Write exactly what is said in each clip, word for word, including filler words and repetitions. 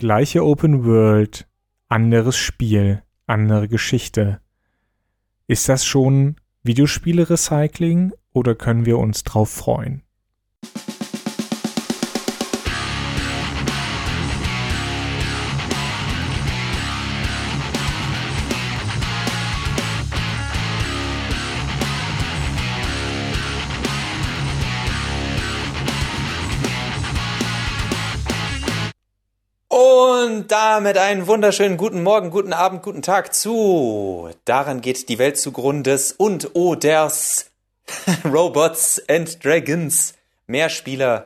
gleiche Open World, anderes Spiel, andere Geschichte. Ist das schon Videospiele-Recycling oder können wir uns drauf freuen? Und damit einen wunderschönen guten Morgen, guten Abend, guten Tag zu Daran geht die Welt zugrundes und oh, there's Robots and Dragons, Mehrspieler.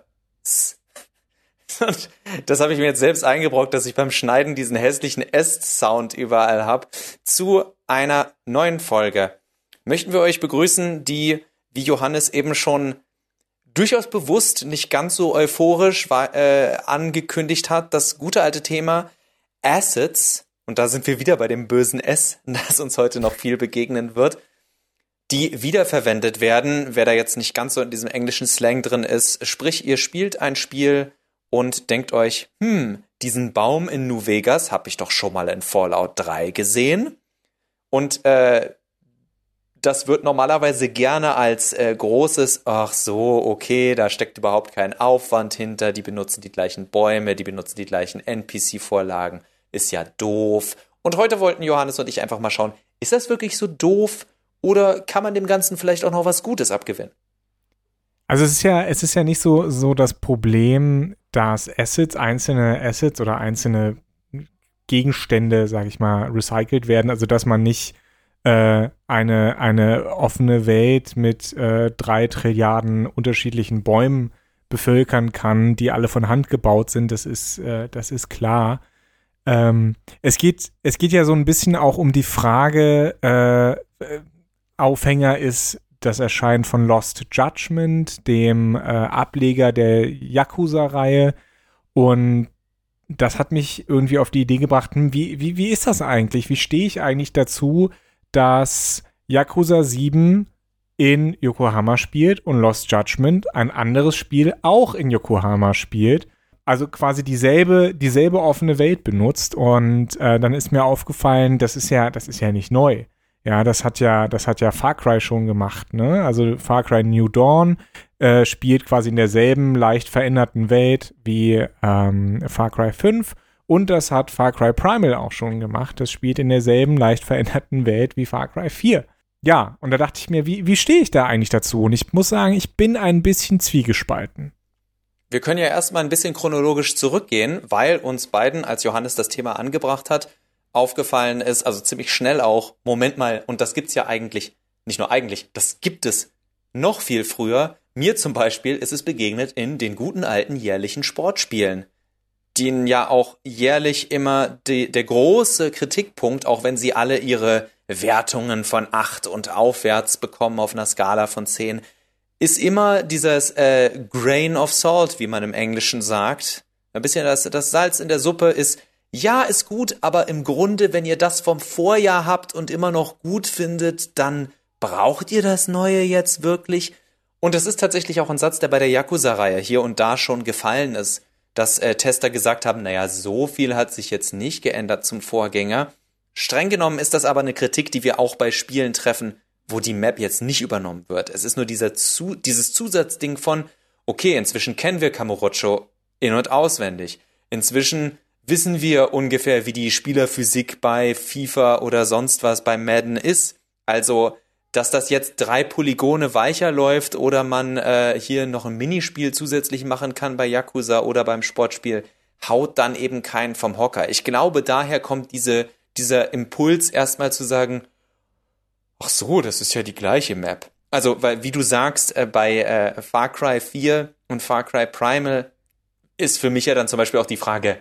Und das habe ich mir jetzt selbst eingebrockt, dass ich beim Schneiden diesen hässlichen S-Sound überall habe. Zu einer neuen Folge möchten wir euch begrüßen, die, wie Johannes eben schon durchaus bewusst, nicht ganz so euphorisch war, äh, angekündigt hat, das gute alte Thema Assets, und da sind wir wieder bei dem bösen S, das uns heute noch viel begegnen wird, die wiederverwendet werden, wer da jetzt nicht ganz so in diesem englischen Slang drin ist. Sprich, ihr spielt ein Spiel und denkt euch, hm, diesen Baum in New Vegas habe ich doch schon mal in Fallout drei gesehen. Und äh, das wird normalerweise gerne als äh, großes, ach so, okay, da steckt überhaupt kein Aufwand hinter, die benutzen die gleichen Bäume, die benutzen die gleichen N P C-Vorlagen, ist ja doof. Und heute wollten Johannes und ich einfach mal schauen, ist das wirklich so doof oder kann man dem Ganzen vielleicht auch noch was Gutes abgewinnen? Also es ist ja, es ist ja nicht so, so das Problem, dass Assets, einzelne Assets oder einzelne Gegenstände, sag ich mal, recycelt werden, also dass man nicht eine, eine offene Welt mit äh, drei Trilliarden unterschiedlichen Bäumen bevölkern kann, die alle von Hand gebaut sind, das ist, äh, das ist klar. Ähm, es geht, es geht ja so ein bisschen auch um die Frage, äh, Aufhänger ist das Erscheinen von Lost Judgment, dem äh, Ableger der Yakuza-Reihe, und das hat mich irgendwie auf die Idee gebracht, hm, wie, wie, wie ist das eigentlich? Wie stehe ich eigentlich dazu, dass Yakuza sieben in Yokohama spielt und Lost Judgment, ein anderes Spiel, auch in Yokohama spielt. Also quasi dieselbe, dieselbe offene Welt benutzt. Und äh, dann ist mir aufgefallen, das ist ja, das ist ja nicht neu. Ja, das hat ja, das hat ja Far Cry schon gemacht, ne? Also Far Cry New Dawn äh, spielt quasi in derselben leicht veränderten Welt wie ähm, Far Cry fünf. Und das hat Far Cry Primal auch schon gemacht. Das spielt in derselben leicht veränderten Welt wie Far Cry vier. Ja, und da dachte ich mir, wie, wie stehe ich da eigentlich dazu? Und ich muss sagen, ich bin ein bisschen zwiegespalten. Wir können ja erstmal ein bisschen chronologisch zurückgehen, weil uns beiden, als Johannes das Thema angebracht hat, aufgefallen ist, also ziemlich schnell auch, Moment mal, und das gibt's ja eigentlich, nicht nur eigentlich, das gibt es noch viel früher. Mir zum Beispiel ist es begegnet in den guten alten jährlichen Sportspielen, denen ja auch jährlich immer die, der große Kritikpunkt, auch wenn sie alle ihre Wertungen von acht und aufwärts bekommen auf einer Skala von zehn, ist immer dieses äh, Grain of Salt, wie man im Englischen sagt. Ein bisschen das, das Salz in der Suppe ist, ja, ist gut, aber im Grunde, wenn ihr das vom Vorjahr habt und immer noch gut findet, dann braucht ihr das Neue jetzt wirklich? Und das ist tatsächlich auch ein Satz, der bei der Yakuza-Reihe hier und da schon gefallen ist, dass äh, Tester gesagt haben, naja, so viel hat sich jetzt nicht geändert zum Vorgänger. Streng genommen ist das aber eine Kritik, die wir auch bei Spielen treffen, wo die Map jetzt nicht übernommen wird. Es ist nur dieser Zu- dieses Zusatzding von, okay, inzwischen kennen wir Kamurocho in- und auswendig. Inzwischen wissen wir ungefähr, wie die Spielerphysik bei FIFA oder sonst was bei Madden ist. Also, dass das jetzt drei Polygone weicher läuft oder man äh, hier noch ein Minispiel zusätzlich machen kann bei Yakuza oder beim Sportspiel, haut dann eben keinen vom Hocker. Ich glaube, daher kommt diese, dieser Impuls erstmal zu sagen, ach so, das ist ja die gleiche Map. Also, weil, wie du sagst, äh, bei äh, Far Cry vier und Far Cry Primal ist für mich ja dann zum Beispiel auch die Frage,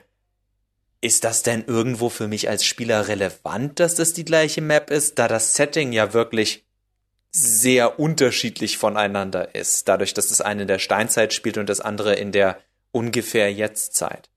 ist das denn irgendwo für mich als Spieler relevant, dass das die gleiche Map ist, da das Setting ja wirklich sehr unterschiedlich voneinander ist, dadurch, dass das eine in der Steinzeit spielt und das andere in der ungefähr Jetztzeit.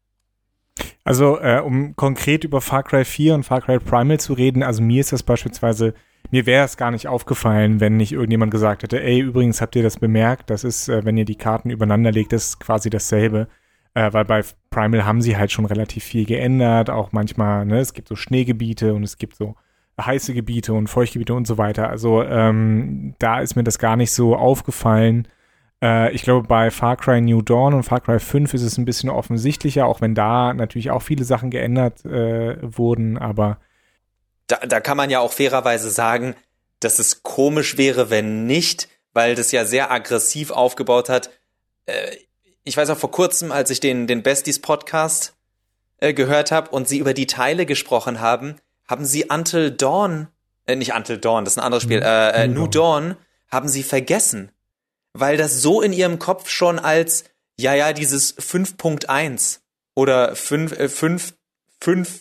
Also, äh, um konkret über Far Cry vier und Far Cry Primal zu reden, also mir ist das beispielsweise, mir wäre es gar nicht aufgefallen, wenn nicht irgendjemand gesagt hätte, ey, übrigens habt ihr das bemerkt, das ist, äh, wenn ihr die Karten übereinander legt, das ist quasi dasselbe. Äh, weil bei Primal haben sie halt schon relativ viel geändert, auch manchmal, ne, es gibt so Schneegebiete und es gibt so heiße Gebiete und Feuchtgebiete und so weiter. Also ähm, da ist mir das gar nicht so aufgefallen. Äh, ich glaube, bei Far Cry New Dawn und Far Cry fünf ist es ein bisschen offensichtlicher, auch wenn da natürlich auch viele Sachen geändert äh, wurden, aber Da, da kann man ja auch fairerweise sagen, dass es komisch wäre, wenn nicht, weil das ja sehr aggressiv aufgebaut hat. Äh, ich weiß auch vor kurzem, als ich den, den Besties-Podcast äh, gehört habe und sie über die Teile gesprochen haben, haben sie Until Dawn, äh, nicht Until Dawn, das ist ein anderes Spiel, äh, äh, New Dawn, haben sie vergessen. Weil das so in ihrem Kopf schon als, ja, ja, dieses fünf Punkt eins oder fünf, äh, fünf, fünf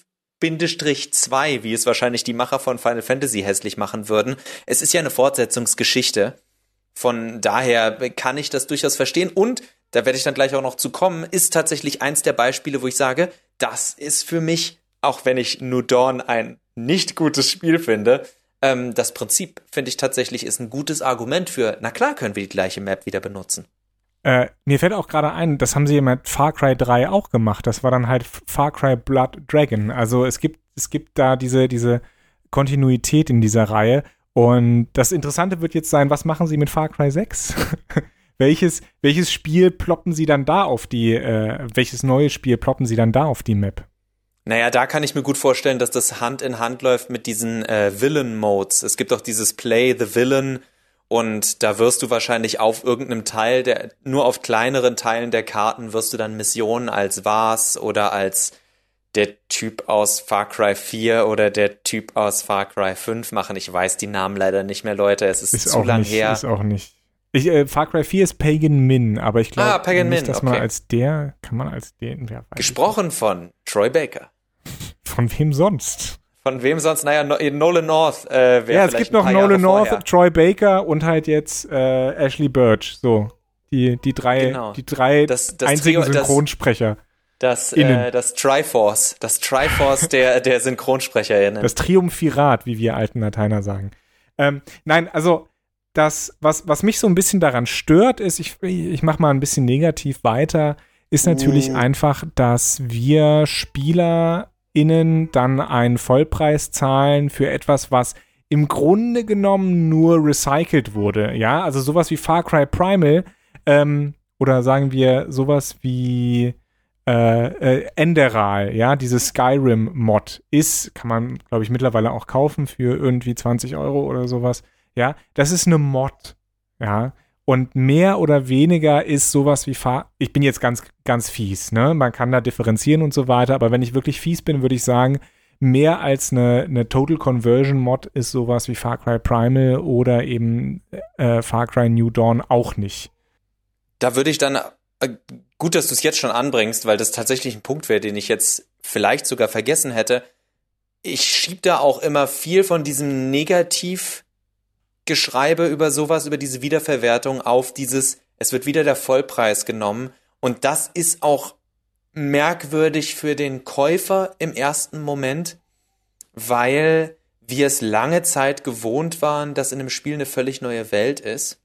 zwei, wie es wahrscheinlich die Macher von Final Fantasy hässlich machen würden. Es ist ja eine Fortsetzungsgeschichte. Von daher kann ich das durchaus verstehen. Und, da werde ich dann gleich auch noch zu kommen, ist tatsächlich eins der Beispiele, wo ich sage, das ist für mich, auch wenn ich New Dawn ein nicht gutes Spiel finde, ähm, das Prinzip, finde ich tatsächlich, ist ein gutes Argument für, na klar können wir die gleiche Map wieder benutzen. Äh, mir fällt auch gerade ein, das haben sie ja mit Far Cry drei auch gemacht. Das war dann halt Far Cry Blood Dragon. Also es gibt, es gibt da diese, diese Kontinuität in dieser Reihe. Und das Interessante wird jetzt sein, was machen sie mit Far Cry sechs? welches, welches Spiel ploppen sie dann da auf die, äh, welches neue Spiel ploppen sie dann da auf die Map? Naja, da kann ich mir gut vorstellen, dass das Hand in Hand läuft mit diesen äh, Villain-Modes. Es gibt auch dieses Play the Villain und da wirst du wahrscheinlich auf irgendeinem Teil, der nur auf kleineren Teilen der Karten wirst du dann Missionen als Vars oder als der Typ aus Far Cry vier oder der Typ aus Far Cry fünf machen. Ich weiß die Namen leider nicht mehr, Leute. Es ist, ist zu lang nicht, her. Ist auch nicht. Ich, äh, Far Cry vier ist Pagan Min, aber ich glaube ah, nicht, Min, dass okay. man als der, kann man als den, wer weiß. Gesprochen von Troy Baker. Von wem sonst? Von wem sonst? Naja, no- Nolan North äh, wäre Ja, es gibt noch Nolan North, vorher. Troy Baker und halt jetzt äh, Ashley Birch. So, die, die drei, genau. die drei das, das einzigen Trio, Synchronsprecher. Das, das, äh, das Triforce. Das Triforce der, der SynchronsprecherInnen. Das Triumphirat, wie wir alten Lateiner sagen. Ähm, nein, also das, was, was mich so ein bisschen daran stört, ist, ich, ich mach mal ein bisschen negativ weiter, ist natürlich uh. einfach, dass wir SpielerInnen dann einen Vollpreis zahlen für etwas, was im Grunde genommen nur recycelt wurde. Ja, also sowas wie Far Cry Primal ähm, oder sagen wir sowas wie äh, äh, Enderal, ja, dieses Skyrim-Mod ist, kann man, glaube ich, mittlerweile auch kaufen für irgendwie zwanzig Euro oder sowas. Ja, das ist eine Mod. Ja, und mehr oder weniger ist sowas wie Far- ich bin jetzt ganz, ganz fies, ne? Man kann da differenzieren und so weiter, aber wenn ich wirklich fies bin, würde ich sagen, mehr als eine, eine Total Conversion Mod ist sowas wie Far Cry Primal oder eben äh, Far Cry New Dawn auch nicht. Da würde ich dann, äh, gut, dass du es jetzt schon anbringst, weil das tatsächlich ein Punkt wäre, den ich jetzt vielleicht sogar vergessen hätte. Ich schieb da auch immer viel von diesem Negativ- Geschreibe über sowas, über diese Wiederverwertung auf dieses, es wird wieder der Vollpreis genommen und das ist auch merkwürdig für den Käufer im ersten Moment, weil wir es lange Zeit gewohnt waren, dass in einem Spiel eine völlig neue Welt ist,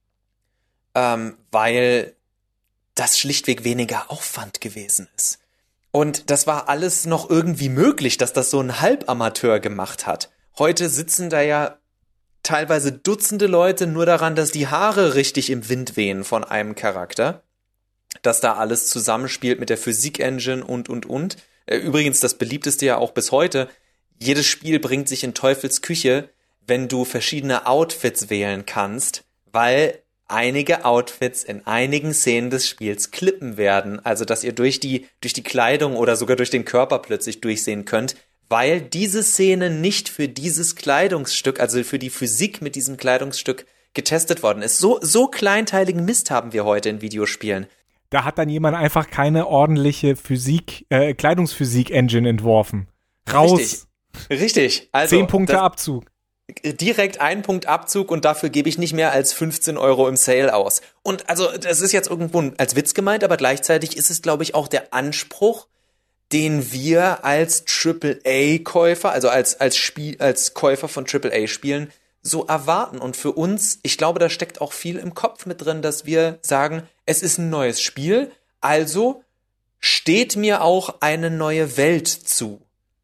ähm, weil das schlichtweg weniger Aufwand gewesen ist. Und das war alles noch irgendwie möglich, dass das so ein Halbamateur gemacht hat. Heute sitzen da ja teilweise Dutzende Leute nur daran, dass die Haare richtig im Wind wehen von einem Charakter, dass da alles zusammenspielt mit der Physik-Engine und, und, und. Übrigens das beliebteste ja auch bis heute, jedes Spiel bringt sich in Teufels Küche, wenn du verschiedene Outfits wählen kannst, weil einige Outfits in einigen Szenen des Spiels klippen werden, also dass ihr durch die, durch die Kleidung oder sogar durch den Körper plötzlich durchsehen könnt, weil diese Szene nicht für dieses Kleidungsstück, also für die Physik mit diesem Kleidungsstück getestet worden ist. So, so kleinteiligen Mist haben wir heute in Videospielen. Da hat dann jemand einfach keine ordentliche Physik, äh, Kleidungsphysik-Engine entworfen. Raus. Richtig. Richtig. Also, Zehn Punkte Abzug. Direkt einen Punkt Abzug und dafür gebe ich nicht mehr als fünfzehn Euro im Sale aus. Und also, das ist jetzt irgendwo als Witz gemeint, aber gleichzeitig ist es, glaube ich, auch der Anspruch, den wir als Triple A Käufer, also als, als Spiel, als Käufer von Triple A Spielen so erwarten. Und für uns, ich glaube, da steckt auch viel im Kopf mit drin, dass wir sagen, es ist ein neues Spiel, also steht mir auch eine neue Welt zu.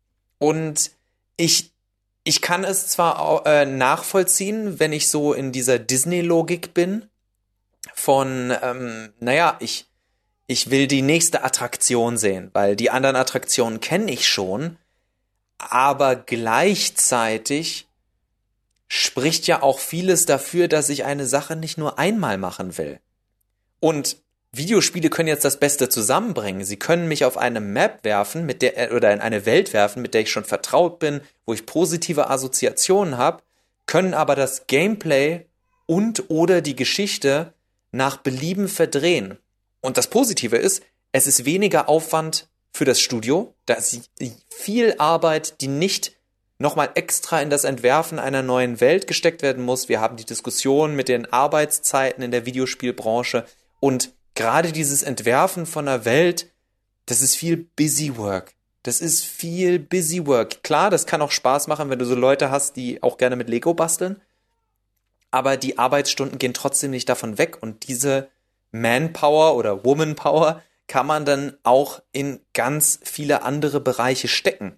Und ich, ich kann es zwar auch, äh, nachvollziehen, wenn ich so in dieser Disney-Logik bin, von, ähm, naja, ich, ich will die nächste Attraktion sehen, weil die anderen Attraktionen kenne ich schon, aber gleichzeitig spricht ja auch vieles dafür, dass ich eine Sache nicht nur einmal machen will. Und Videospiele können jetzt das Beste zusammenbringen. Sie können mich auf eine Map werfen, mit der oder in eine Welt werfen, mit der ich schon vertraut bin, wo ich positive Assoziationen habe, können aber das Gameplay und oder die Geschichte nach Belieben verdrehen. Und das Positive ist, es ist weniger Aufwand für das Studio, da ist viel Arbeit, die nicht nochmal extra in das Entwerfen einer neuen Welt gesteckt werden muss. Wir haben die Diskussion mit den Arbeitszeiten in der Videospielbranche und gerade dieses Entwerfen von einer Welt, das ist viel Busy Work. Das ist viel Busy Work. Klar, das kann auch Spaß machen, wenn du so Leute hast, die auch gerne mit Lego basteln, aber die Arbeitsstunden gehen trotzdem nicht davon weg und diese Manpower oder Womanpower kann man dann auch in ganz viele andere Bereiche stecken.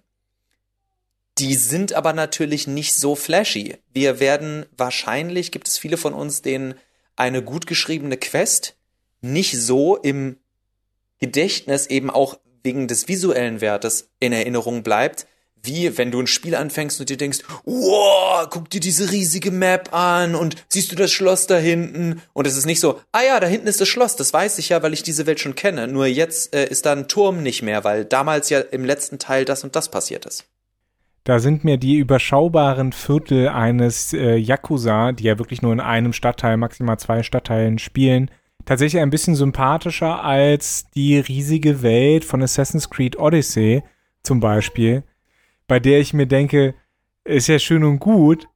Die sind aber natürlich nicht so flashy. Wir werden wahrscheinlich, gibt es viele von uns, denen eine gut geschriebene Quest nicht so im Gedächtnis eben auch wegen des visuellen Wertes in Erinnerung bleibt, wie wenn du ein Spiel anfängst und dir denkst, wow, guck dir diese riesige Map an und siehst du das Schloss da hinten? Und es ist nicht so, ah ja, da hinten ist das Schloss, das weiß ich ja, weil ich diese Welt schon kenne. Nur jetzt äh, ist da ein Turm nicht mehr, weil damals ja im letzten Teil das und das passiert ist. Da sind mir die überschaubaren Viertel eines äh, Yakuza, die ja wirklich nur in einem Stadtteil, maximal zwei Stadtteilen spielen, tatsächlich ein bisschen sympathischer als die riesige Welt von Assassin's Creed Odyssey zum Beispiel, bei der ich mir denke, ist ja schön und gut,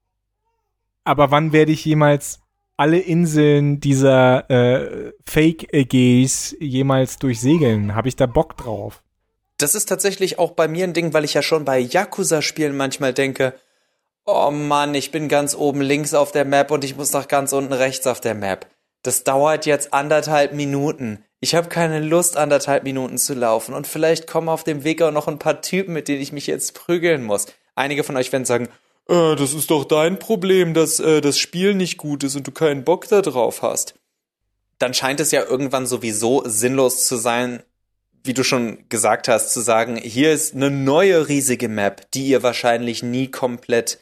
aber wann werde ich jemals alle Inseln dieser äh, Fake-Ägäis jemals durchsegeln? Habe ich da Bock drauf? Das ist tatsächlich auch bei mir ein Ding, weil ich ja schon bei Yakuza-Spielen manchmal denke, oh Mann, ich bin ganz oben links auf der Map und ich muss noch ganz unten rechts auf der Map. Das dauert jetzt anderthalb Minuten. Ich habe keine Lust, anderthalb Minuten zu laufen. Und vielleicht kommen auf dem Weg auch noch ein paar Typen, mit denen ich mich jetzt prügeln muss. Einige von euch werden sagen, äh, das ist doch dein Problem, dass äh, das Spiel nicht gut ist und du keinen Bock da drauf hast. Dann scheint es ja irgendwann sowieso sinnlos zu sein, wie du schon gesagt hast, zu sagen, hier ist eine neue riesige Map, die ihr wahrscheinlich nie komplett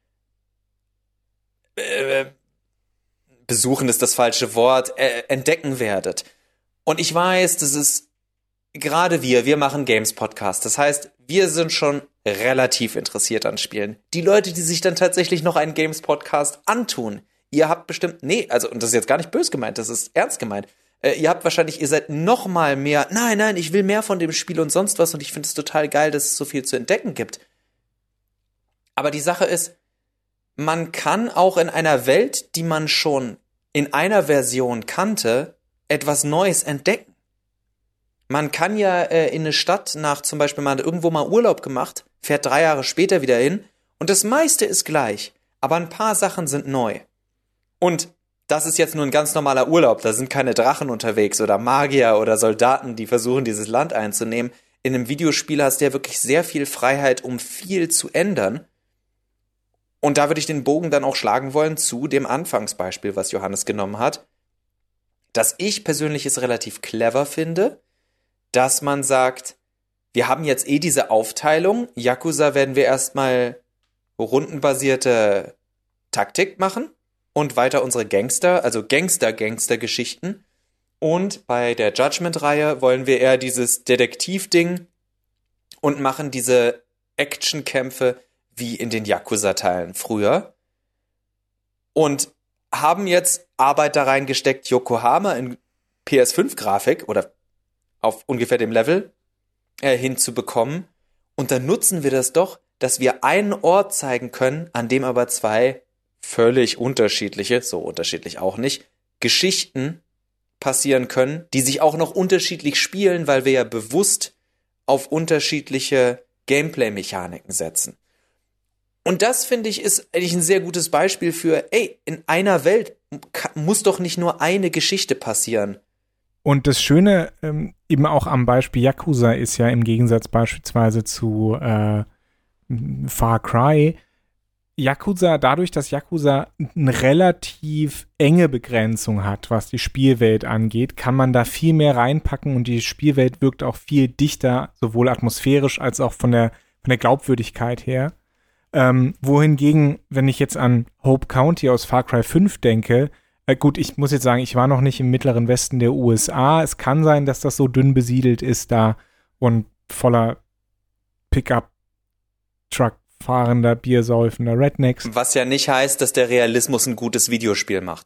äh, besuchen ist das falsche Wort, äh, entdecken werdet. Und ich weiß, das ist gerade wir, wir machen Games-Podcast. Das heißt, wir sind schon relativ interessiert an Spielen. Die Leute, die sich dann tatsächlich noch einen Games-Podcast antun, ihr habt bestimmt, nee, also, und das ist jetzt gar nicht böse gemeint, das ist ernst gemeint, äh, ihr habt wahrscheinlich, ihr seid noch mal mehr, nein, nein, ich will mehr von dem Spiel und sonst was und ich finde es total geil, dass es so viel zu entdecken gibt. Aber die Sache ist, man kann auch in einer Welt, die man schon in einer Version kannte, etwas Neues entdecken. Man kann ja äh, in eine Stadt nach, zum Beispiel, man hat irgendwo mal Urlaub gemacht, fährt drei Jahre später wieder hin und das meiste ist gleich, aber ein paar Sachen sind neu. Und das ist jetzt nur ein ganz normaler Urlaub, da sind keine Drachen unterwegs oder Magier oder Soldaten, die versuchen, dieses Land einzunehmen. In einem Videospiel hast du ja wirklich sehr viel Freiheit, um viel zu ändern. Und da würde ich den Bogen dann auch schlagen wollen zu dem Anfangsbeispiel, was Johannes genommen hat, dass ich persönlich es relativ clever finde, dass man sagt, wir haben jetzt eh diese Aufteilung, Yakuza werden wir erstmal rundenbasierte Taktik machen und weiter unsere Gangster, also Gangster-Gangster-Geschichten. Und bei der Judgment-Reihe wollen wir eher dieses Detektiv-Ding und machen diese Actionkämpfe wie in den Yakuza-Teilen früher. Und haben jetzt Arbeit da reingesteckt, Yokohama in P S fünf Grafik oder auf ungefähr dem Level äh, hinzubekommen. Und dann nutzen wir das doch, dass wir einen Ort zeigen können, an dem aber zwei völlig unterschiedliche, so unterschiedlich auch nicht, Geschichten passieren können, die sich auch noch unterschiedlich spielen, weil wir ja bewusst auf unterschiedliche Gameplay-Mechaniken setzen. Und das, finde ich, ist eigentlich ein sehr gutes Beispiel für, ey, in einer Welt muss doch nicht nur eine Geschichte passieren. und das Schöne ähm, eben auch am Beispiel Yakuza ist ja im Gegensatz beispielsweise zu äh, Far Cry, Yakuza, dadurch, dass Yakuza eine relativ enge Begrenzung hat, was die Spielwelt angeht, kann man da viel mehr reinpacken und die Spielwelt wirkt auch viel dichter, sowohl atmosphärisch als auch von der, von der Glaubwürdigkeit her. Ähm, wohingegen, wenn ich jetzt an Hope County aus Far Cry fünf denke, äh, gut, ich muss jetzt sagen, ich war noch nicht im mittleren Westen der U S A. Es kann sein, dass das so dünn besiedelt ist da und voller Pickup-Truck fahrender, biersäufender Rednecks. Was ja nicht heißt, dass der Realismus ein gutes Videospiel macht.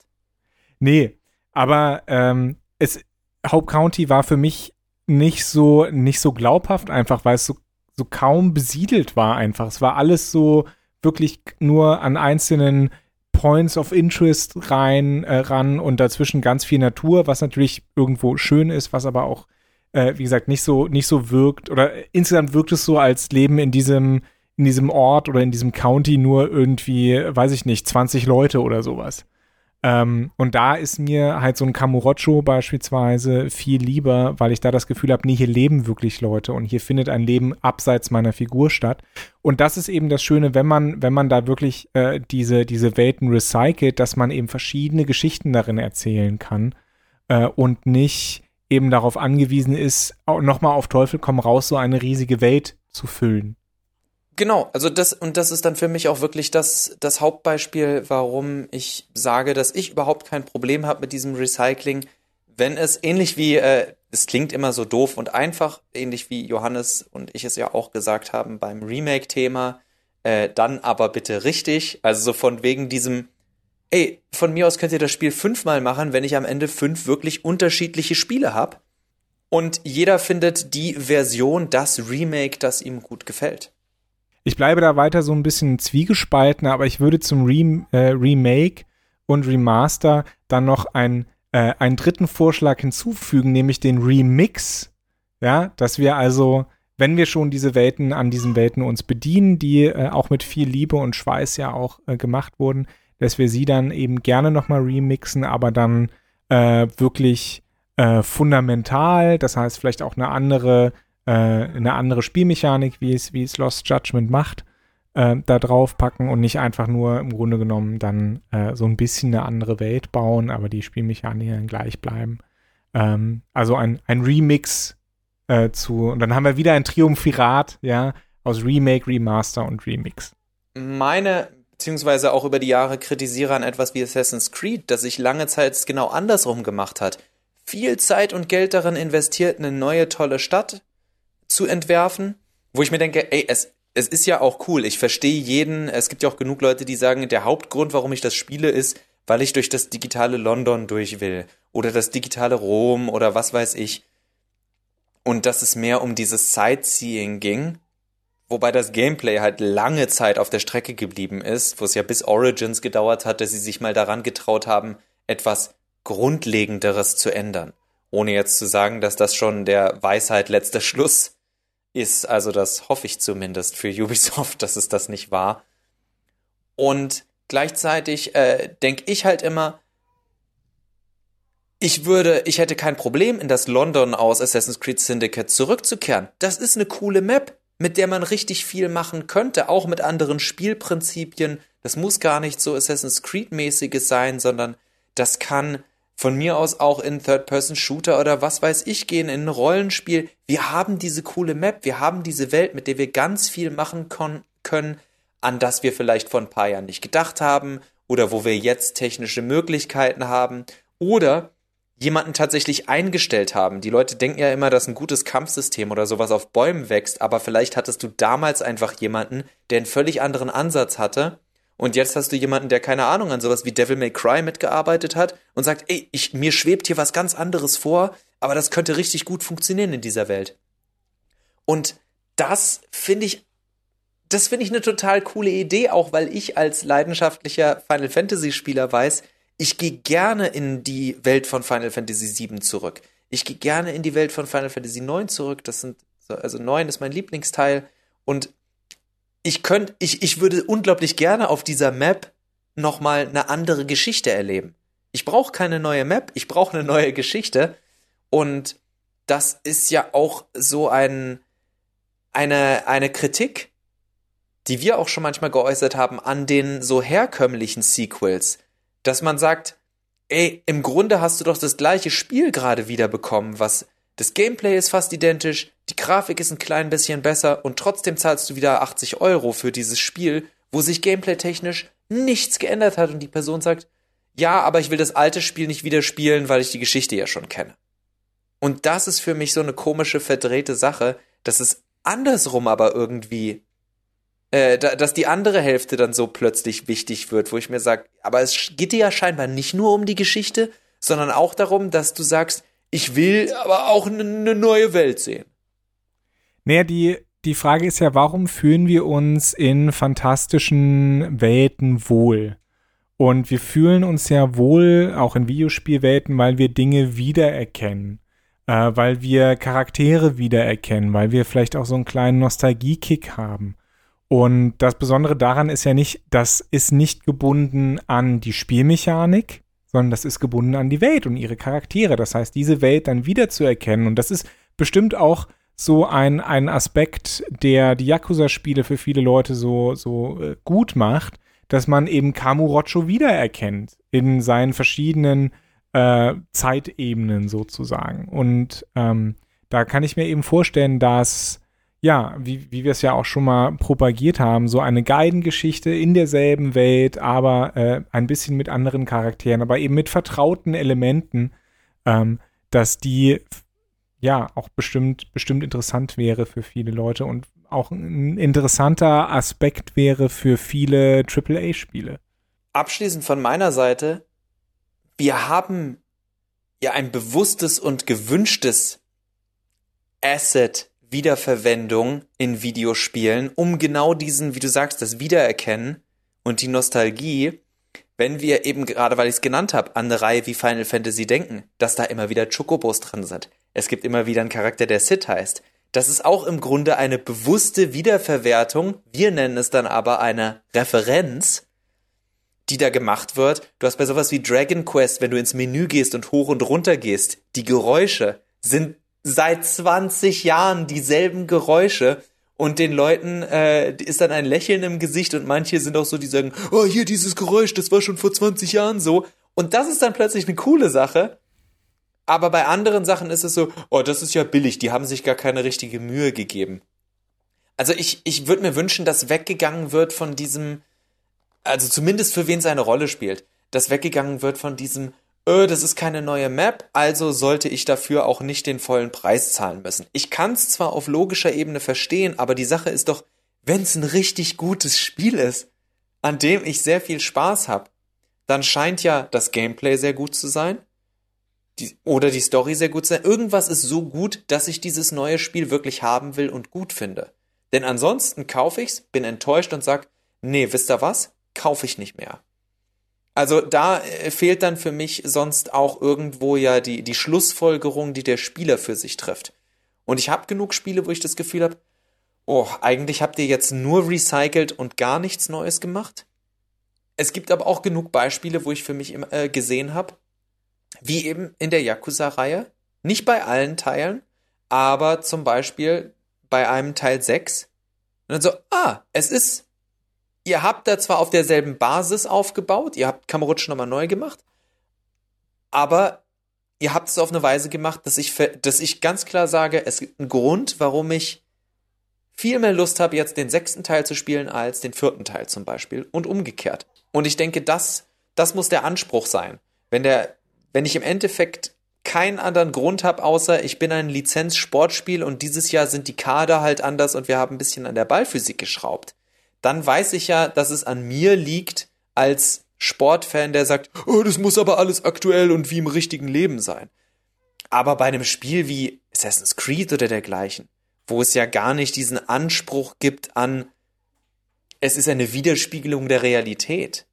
Nee, aber ähm, es, Hope County war für mich nicht so, nicht so glaubhaft, einfach weil es so, so kaum besiedelt war einfach. Es war alles so wirklich nur an einzelnen Points of Interest rein, äh, ran und dazwischen ganz viel Natur, was natürlich irgendwo schön ist, was aber auch, äh, wie gesagt, nicht so, nicht so wirkt. Oder insgesamt wirkt es so, als leben in diesem in diesem Ort oder in diesem County nur irgendwie, weiß ich nicht, zwanzig Leute oder sowas. Ähm, und da ist mir halt so ein Kamurocho beispielsweise viel lieber, weil ich da das Gefühl habe, nee, hier leben wirklich Leute und hier findet ein Leben abseits meiner Figur statt. Und das ist eben das Schöne, wenn man, wenn man da wirklich äh, diese, diese Welten recycelt, dass man eben verschiedene Geschichten darin erzählen kann äh, und nicht eben darauf angewiesen ist, nochmal auf Teufel komm raus, so eine riesige Welt zu füllen. Genau, also das, und das ist dann für mich auch wirklich das, das Hauptbeispiel, warum ich sage, dass ich überhaupt kein Problem habe mit diesem Recycling, wenn es ähnlich wie, äh, es klingt immer so doof und einfach, ähnlich wie Johannes und ich es ja auch gesagt haben beim Remake-Thema, äh, dann aber bitte richtig, also so von wegen diesem, ey, von mir aus könnt ihr das Spiel fünfmal machen, wenn ich am Ende fünf wirklich unterschiedliche Spiele habe und jeder findet die Version, das Remake, das ihm gut gefällt. Ich bleibe da weiter so ein bisschen zwiegespalten, aber ich würde zum Rem- äh, Remake und Remaster dann noch ein, äh, einen dritten Vorschlag hinzufügen, nämlich den Remix. Ja, dass wir also, wenn wir schon diese Welten, an diesen Welten uns bedienen, die äh, auch mit viel Liebe und Schweiß ja auch äh, gemacht wurden, dass wir sie dann eben gerne nochmal remixen, aber dann äh, wirklich äh, fundamental, das heißt vielleicht auch eine andere eine andere Spielmechanik, wie es, wie es Lost Judgment macht, äh, da drauf packen und nicht einfach nur im Grunde genommen dann äh, so ein bisschen eine andere Welt bauen, aber die Spielmechaniken gleich bleiben. Ähm, also ein, ein Remix äh, zu, und dann haben wir wieder ein Triumphirat, ja, aus Remake, Remaster und Remix. Meine, beziehungsweise auch über die Jahre kritisiere an etwas wie Assassin's Creed, das sich lange Zeit genau andersrum gemacht hat. Viel Zeit und Geld darin investiert, eine neue tolle Stadt zu entwerfen, wo ich mir denke, ey, es, es ist ja auch cool, ich verstehe jeden, es gibt ja auch genug Leute, die sagen, der Hauptgrund, warum ich das spiele, ist, weil ich durch das digitale London durch will oder das digitale Rom oder was weiß ich und dass es mehr um dieses Sightseeing ging, wobei das Gameplay halt lange Zeit auf der Strecke geblieben ist, wo es ja bis Origins gedauert hat, dass sie sich mal daran getraut haben, etwas Grundlegenderes zu ändern, ohne jetzt zu sagen, dass das schon der Weisheit letzter Schluss ist, also das hoffe ich zumindest für Ubisoft, dass es das nicht war. Und gleichzeitig äh, denke ich halt immer, ich würde, ich hätte kein Problem, in das London aus Assassin's Creed Syndicate zurückzukehren. Das ist eine coole Map, mit der man richtig viel machen könnte, auch mit anderen Spielprinzipien. Das muss gar nicht so Assassin's Creed-mäßiges sein, sondern das kann von mir aus auch in Third-Person-Shooter oder was weiß ich gehen, in ein Rollenspiel. Wir haben diese coole Map, wir haben diese Welt, mit der wir ganz viel machen kon- können, an das wir vielleicht vor ein paar Jahren nicht gedacht haben oder wo wir jetzt technische Möglichkeiten haben oder jemanden tatsächlich eingestellt haben. Die Leute denken ja immer, dass ein gutes Kampfsystem oder sowas auf Bäumen wächst, aber vielleicht hattest du damals einfach jemanden, der einen völlig anderen Ansatz hatte. Und jetzt hast du jemanden, der keine Ahnung an sowas wie Devil May Cry mitgearbeitet hat und sagt, ey, ich, mir schwebt hier was ganz anderes vor, aber das könnte richtig gut funktionieren in dieser Welt. Und das finde ich, das finde ich eine total coole Idee, auch weil ich als leidenschaftlicher Final Fantasy Spieler weiß, ich gehe gerne in die Welt von Final Fantasy sieben zurück. Ich gehe gerne in die Welt von Final Fantasy neun zurück. Das sind, also neun ist mein Lieblingsteil und Ich könnte, ich, ich würde unglaublich gerne auf dieser Map nochmal eine andere Geschichte erleben. Ich brauche keine neue Map, ich brauche eine neue Geschichte. Und das ist ja auch so ein, eine, eine Kritik, die wir auch schon manchmal geäußert haben an den so herkömmlichen Sequels, dass man sagt, ey, im Grunde hast du doch das gleiche Spiel gerade wieder bekommen, was das Gameplay ist fast identisch, die Grafik ist ein klein bisschen besser und trotzdem zahlst du wieder achtzig Euro für dieses Spiel, wo sich gameplay-technisch nichts geändert hat und die Person sagt, ja, aber ich will das alte Spiel nicht wieder spielen, weil ich die Geschichte ja schon kenne. Und das ist für mich so eine komische, verdrehte Sache, dass es andersrum aber irgendwie, äh, da, dass die andere Hälfte dann so plötzlich wichtig wird, wo ich mir sage, aber es geht dir ja scheinbar nicht nur um die Geschichte, sondern auch darum, dass du sagst, ich will aber auch eine ne neue Welt sehen. Naja, die, die Frage ist ja, warum fühlen wir uns in fantastischen Welten wohl? Und wir fühlen uns ja wohl, auch in Videospielwelten, weil wir Dinge wiedererkennen. Äh, weil wir Charaktere wiedererkennen, weil wir vielleicht auch so einen kleinen Nostalgie-Kick haben. Und das Besondere daran ist ja nicht, das ist nicht gebunden an die Spielmechanik, sondern das ist gebunden an die Welt und ihre Charaktere. Das heißt, diese Welt dann wiederzuerkennen. Und das ist bestimmt auch so ein, ein Aspekt, der die Yakuza-Spiele für viele Leute so, so äh, gut macht, dass man eben Kamurocho wiedererkennt in seinen verschiedenen äh, Zeitebenen sozusagen. Und ähm, da kann ich mir eben vorstellen, dass, ja, wie, wie wir es ja auch schon mal propagiert haben, so eine Guiden-Geschichte in derselben Welt, aber äh, ein bisschen mit anderen Charakteren, aber eben mit vertrauten Elementen, ähm, dass die ja auch bestimmt, bestimmt interessant wäre für viele Leute und auch ein interessanter Aspekt wäre für viele Triple A-Spiele. Abschließend von meiner Seite, wir haben ja ein bewusstes und gewünschtes Asset Wiederverwendung in Videospielen, um genau diesen, wie du sagst, das Wiedererkennen und die Nostalgie, wenn wir eben, gerade weil ich es genannt habe, an eine Reihe wie Final Fantasy denken, dass da immer wieder Chocobos drin sind. Es gibt immer wieder einen Charakter, der Sid heißt. Das ist auch im Grunde eine bewusste Wiederverwertung, wir nennen es dann aber eine Referenz, die da gemacht wird. Du hast bei sowas wie Dragon Quest, wenn du ins Menü gehst und hoch und runter gehst, die Geräusche sind seit zwanzig Jahren dieselben Geräusche und den Leuten äh, ist dann ein Lächeln im Gesicht und manche sind auch so, die sagen, oh, hier dieses Geräusch, das war schon vor zwanzig Jahren so. Und das ist dann plötzlich eine coole Sache. Aber bei anderen Sachen ist es so, oh, das ist ja billig, die haben sich gar keine richtige Mühe gegeben. Also ich, ich würde mir wünschen, dass weggegangen wird von diesem, also zumindest für wen es eine Rolle spielt, dass weggegangen wird von diesem, öh, das ist keine neue Map, also sollte ich dafür auch nicht den vollen Preis zahlen müssen. Ich kann es zwar auf logischer Ebene verstehen, aber die Sache ist doch, wenn es ein richtig gutes Spiel ist, an dem ich sehr viel Spaß habe, dann scheint ja das Gameplay sehr gut zu sein, die, oder die Story sehr gut zu sein. Irgendwas ist so gut, dass ich dieses neue Spiel wirklich haben will und gut finde. Denn ansonsten kaufe ich's, bin enttäuscht und sag, nee, wisst ihr was? Kaufe ich nicht mehr. Also da äh, fehlt dann für mich sonst auch irgendwo ja die, die Schlussfolgerung, die der Spieler für sich trifft. Und ich habe genug Spiele, wo ich das Gefühl habe, oh, eigentlich habt ihr jetzt nur recycelt und gar nichts Neues gemacht. Es gibt aber auch genug Beispiele, wo ich für mich äh, gesehen habe, wie eben in der Yakuza-Reihe, nicht bei allen Teilen, aber zum Beispiel bei einem Teil sechs. Und dann so, ah, es ist, ihr habt da zwar auf derselben Basis aufgebaut, ihr habt Kamurocho nochmal neu gemacht, aber ihr habt es auf eine Weise gemacht, dass ich, dass ich ganz klar sage, es gibt einen Grund, warum ich viel mehr Lust habe, jetzt den sechsten Teil zu spielen, als den vierten Teil zum Beispiel und umgekehrt. Und ich denke, das, das muss der Anspruch sein. Wenn der, wenn ich im Endeffekt keinen anderen Grund habe, außer ich bin ein Lizenz-Sportspiel und dieses Jahr sind die Kader halt anders und wir haben ein bisschen an der Ballphysik geschraubt, dann weiß ich ja, dass es an mir liegt als Sportfan, der sagt, oh, das muss aber alles aktuell und wie im richtigen Leben sein. Aber bei einem Spiel wie Assassin's Creed oder dergleichen, wo es ja gar nicht diesen Anspruch gibt an, es ist eine Widerspiegelung der Realität.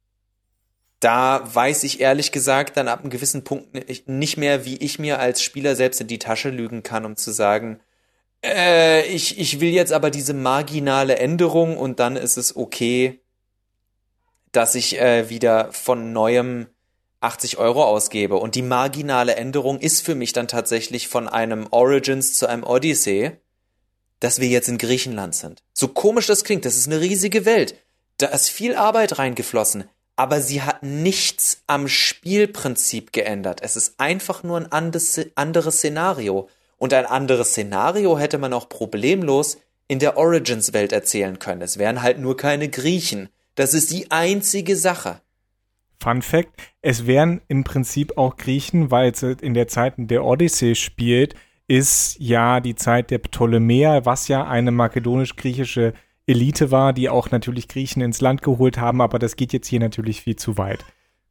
Da weiß ich ehrlich gesagt dann ab einem gewissen Punkt nicht mehr, wie ich mir als Spieler selbst in die Tasche lügen kann, um zu sagen, äh, ich, ich will jetzt aber diese marginale Änderung und dann ist es okay, dass ich äh, wieder von Neuem achtzig Euro ausgebe und die marginale Änderung ist für mich dann tatsächlich von einem Origins zu einem Odyssey, dass wir jetzt in Griechenland sind. So komisch das klingt, das ist eine riesige Welt. Da ist viel Arbeit reingeflossen, aber sie hat nichts am Spielprinzip geändert. Es ist einfach nur ein anderes Szenario. Und ein anderes Szenario hätte man auch problemlos in der Origins-Welt erzählen können. Es wären halt nur keine Griechen. Das ist die einzige Sache. Fun Fact, es wären im Prinzip auch Griechen, weil es in der Zeit, in der Odyssee spielt, ist ja die Zeit der Ptolemäer, was ja eine makedonisch-griechische Elite war, die auch natürlich Griechen ins Land geholt haben, aber das geht jetzt hier natürlich viel zu weit.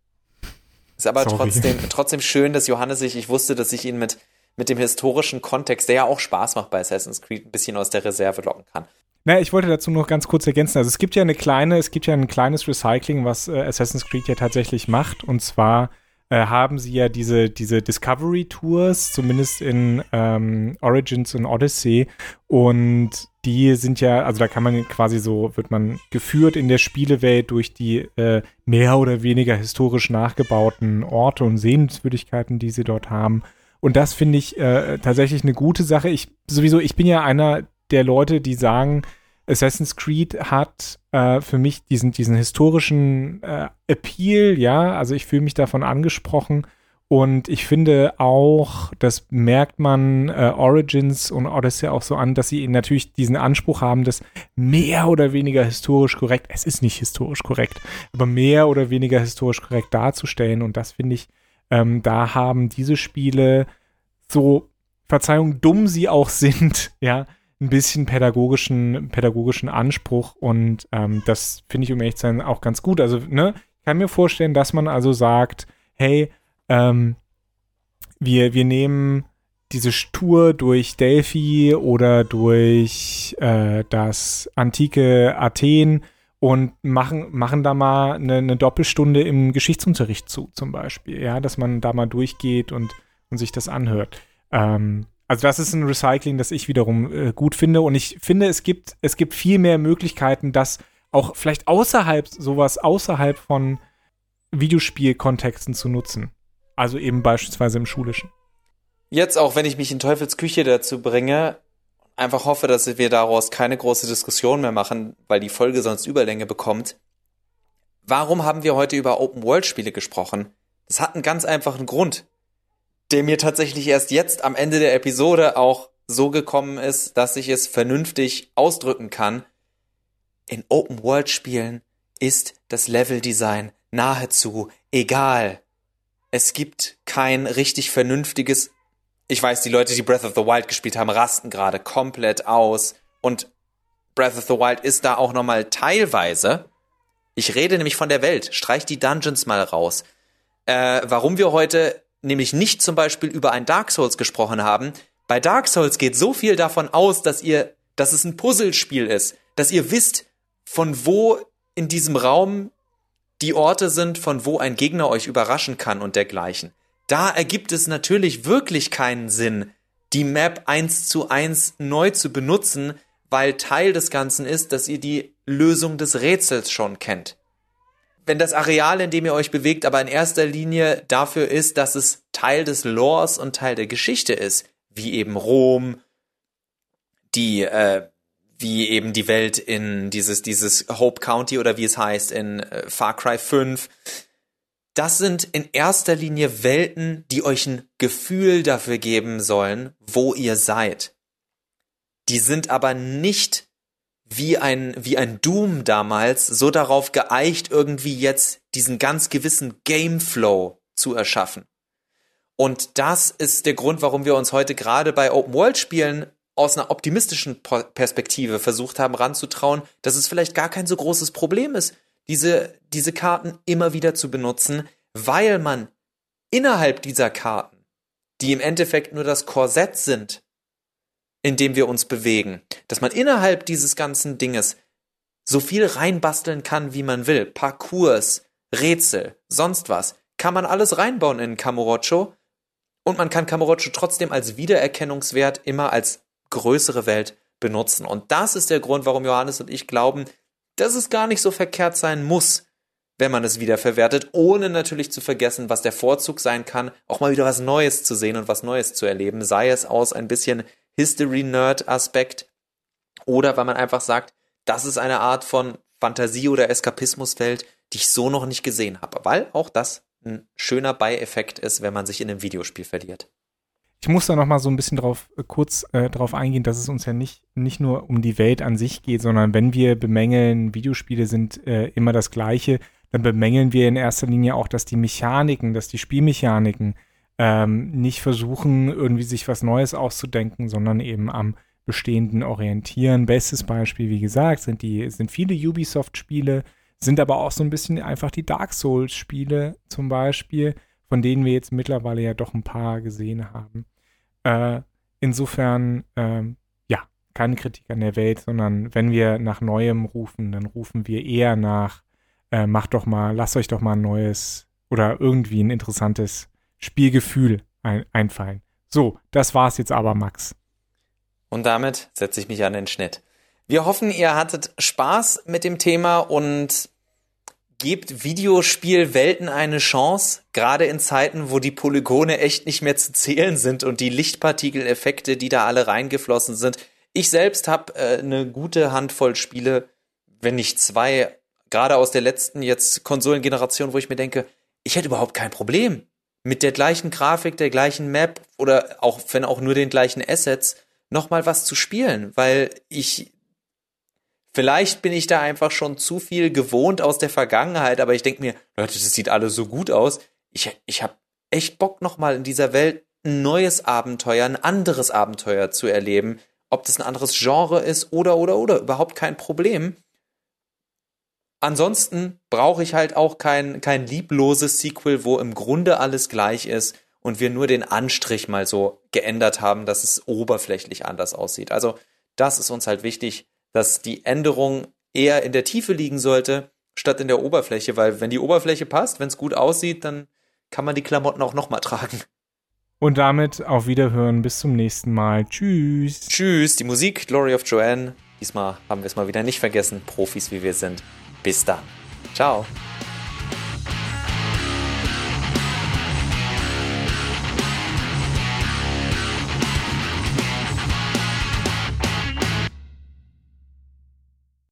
Ist aber trotzdem, trotzdem schön, dass Johannes sich, ich wusste, dass ich ihn mit, mit dem historischen Kontext, der ja auch Spaß macht bei Assassin's Creed, ein bisschen aus der Reserve locken kann. Naja, ich wollte dazu noch ganz kurz ergänzen. Also es gibt ja eine kleine, es gibt ja ein kleines Recycling, was äh, Assassin's Creed ja tatsächlich macht. Und zwar äh, haben sie ja diese, diese Discovery-Tours, zumindest in ähm, Origins und Odyssey. Und die sind ja, also da kann man quasi so, wird man geführt in der Spielewelt durch die äh, mehr oder weniger historisch nachgebauten Orte und Sehenswürdigkeiten, die sie dort haben. Und das finde ich äh, tatsächlich eine gute Sache. Ich sowieso, ich bin ja einer der Leute, die sagen, Assassin's Creed hat äh, für mich diesen, diesen historischen äh, Appeal, ja, also ich fühle mich davon angesprochen und ich finde auch, das merkt man äh, Origins und Odyssey auch so an, dass sie natürlich diesen Anspruch haben, das mehr oder weniger historisch korrekt, es ist nicht historisch korrekt, aber mehr oder weniger historisch korrekt darzustellen und das finde ich, ähm, da haben diese Spiele so, Verzeihung, dumm sie auch sind, ja, ein bisschen pädagogischen, pädagogischen Anspruch und ähm, das finde ich, um ehrlich zu sein, auch ganz gut. Also, ne, ich kann mir vorstellen, dass man also sagt, hey, ähm, wir, wir nehmen diese Tour durch Delphi oder durch äh, das antike Athen und machen, machen da mal eine, eine Doppelstunde im Geschichtsunterricht zu, zum Beispiel, ja, dass man da mal durchgeht und, und sich das anhört. Ähm, Also das ist ein Recycling, das ich wiederum äh, gut finde. Und ich finde, es gibt, es gibt viel mehr Möglichkeiten, das auch vielleicht außerhalb, sowas außerhalb von Videospielkontexten zu nutzen. Also eben beispielsweise im Schulischen. Jetzt auch, wenn ich mich in Teufels Küche dazu bringe, einfach hoffe, dass wir daraus keine große Diskussion mehr machen, weil die Folge sonst Überlänge bekommt. Warum haben wir heute über Open-World-Spiele gesprochen? Das hat einen ganz einfachen Grund, der mir tatsächlich erst jetzt am Ende der Episode auch so gekommen ist, dass ich es vernünftig ausdrücken kann. In Open-World-Spielen ist das Level-Design nahezu egal. Es gibt kein richtig vernünftiges... Ich weiß, die Leute, die Breath of the Wild gespielt haben, rasten gerade komplett aus. Und Breath of the Wild ist da auch nochmal teilweise... Ich rede nämlich von der Welt. Streich die Dungeons mal raus. Äh, warum wir heute... nämlich nicht zum Beispiel über ein Dark Souls gesprochen haben. Bei Dark Souls geht so viel davon aus, dass ihr, dass es ein Puzzlespiel ist, dass ihr wisst, von wo in diesem Raum die Orte sind, von wo ein Gegner euch überraschen kann und dergleichen. Da ergibt es natürlich wirklich keinen Sinn, die Map eins zu eins neu zu benutzen, weil Teil des Ganzen ist, dass ihr die Lösung des Rätsels schon kennt. Wenn das Areal, in dem ihr euch bewegt, aber in erster Linie dafür ist, dass es Teil des Lores und Teil der Geschichte ist, wie eben Rom, die, äh, wie eben die Welt in dieses, dieses Hope County oder wie es heißt, in äh, Far Cry fünf. Das sind in erster Linie Welten, die euch ein Gefühl dafür geben sollen, wo ihr seid. Die sind aber nicht wie ein, wie ein Doom damals, so darauf geeicht, irgendwie jetzt diesen ganz gewissen Gameflow zu erschaffen. Und das ist der Grund, warum wir uns heute gerade bei Open-World-Spielen aus einer optimistischen Perspektive versucht haben, ranzutrauen, dass es vielleicht gar kein so großes Problem ist, diese, diese Karten immer wieder zu benutzen, weil man innerhalb dieser Karten, die im Endeffekt nur das Korsett sind, in dem wir uns bewegen, dass man innerhalb dieses ganzen Dinges so viel reinbasteln kann, wie man will. Parcours, Rätsel, sonst was. Kann man alles reinbauen in Kamurocho und man kann Kamurocho trotzdem als Wiedererkennungswert immer als größere Welt benutzen. Und das ist der Grund, warum Johannes und ich glauben, dass es gar nicht so verkehrt sein muss, wenn man es wiederverwertet, ohne natürlich zu vergessen, was der Vorzug sein kann, auch mal wieder was Neues zu sehen und was Neues zu erleben, sei es aus ein bisschen History-Nerd-Aspekt oder weil man einfach sagt, das ist eine Art von Fantasie- oder Eskapismuswelt, die ich so noch nicht gesehen habe, weil auch das ein schöner Beieffekt ist, wenn man sich in einem Videospiel verliert. Ich muss da noch mal so ein bisschen drauf, äh, kurz äh, drauf eingehen, dass es uns ja nicht, nicht nur um die Welt an sich geht, sondern wenn wir bemängeln, Videospiele sind äh, immer das Gleiche, dann bemängeln wir in erster Linie auch, dass die Mechaniken, dass die Spielmechaniken ähm, nicht versuchen, irgendwie sich was Neues auszudenken, sondern eben am Bestehenden orientieren. Bestes Beispiel, wie gesagt, sind die sind viele Ubisoft-Spiele, sind aber auch so ein bisschen einfach die Dark Souls-Spiele zum Beispiel, von denen wir jetzt mittlerweile ja doch ein paar gesehen haben. Äh, insofern, ähm, ja, keine Kritik an der Welt, sondern wenn wir nach Neuem rufen, dann rufen wir eher nach Äh, macht doch mal, lasst euch doch mal ein neues oder irgendwie ein interessantes Spielgefühl ein, einfallen. So, das war's jetzt aber, Max. Und damit setze ich mich an den Schnitt. Wir hoffen, ihr hattet Spaß mit dem Thema und gebt Videospielwelten eine Chance, gerade in Zeiten, wo die Polygone echt nicht mehr zu zählen sind und die Lichtpartikeleffekte, die da alle reingeflossen sind. Ich selbst habe äh, eine gute Handvoll Spiele, wenn nicht zwei, gerade aus der letzten jetzt Konsolengeneration, wo ich mir denke, ich hätte überhaupt kein Problem mit der gleichen Grafik, der gleichen Map oder auch, wenn auch nur den gleichen Assets, nochmal was zu spielen, weil ich, vielleicht bin ich da einfach schon zu viel gewohnt aus der Vergangenheit, aber ich denke mir, Leute, das sieht alles so gut aus. Ich, ich habe echt Bock nochmal in dieser Welt ein neues Abenteuer, ein anderes Abenteuer zu erleben, ob das ein anderes Genre ist oder, oder, oder, überhaupt kein Problem. Ansonsten brauche ich halt auch kein, kein liebloses Sequel, wo im Grunde alles gleich ist und wir nur den Anstrich mal so geändert haben, dass es oberflächlich anders aussieht. Also das ist uns halt wichtig, dass die Änderung eher in der Tiefe liegen sollte, statt in der Oberfläche, weil wenn die Oberfläche passt, wenn es gut aussieht, dann kann man die Klamotten auch nochmal tragen. Und damit auf Wiederhören, bis zum nächsten Mal. Tschüss. Tschüss, die Musik, Glory of Joanne. Diesmal haben wir es mal wieder nicht vergessen, Profis wie wir sind. Bis dann. Ciao.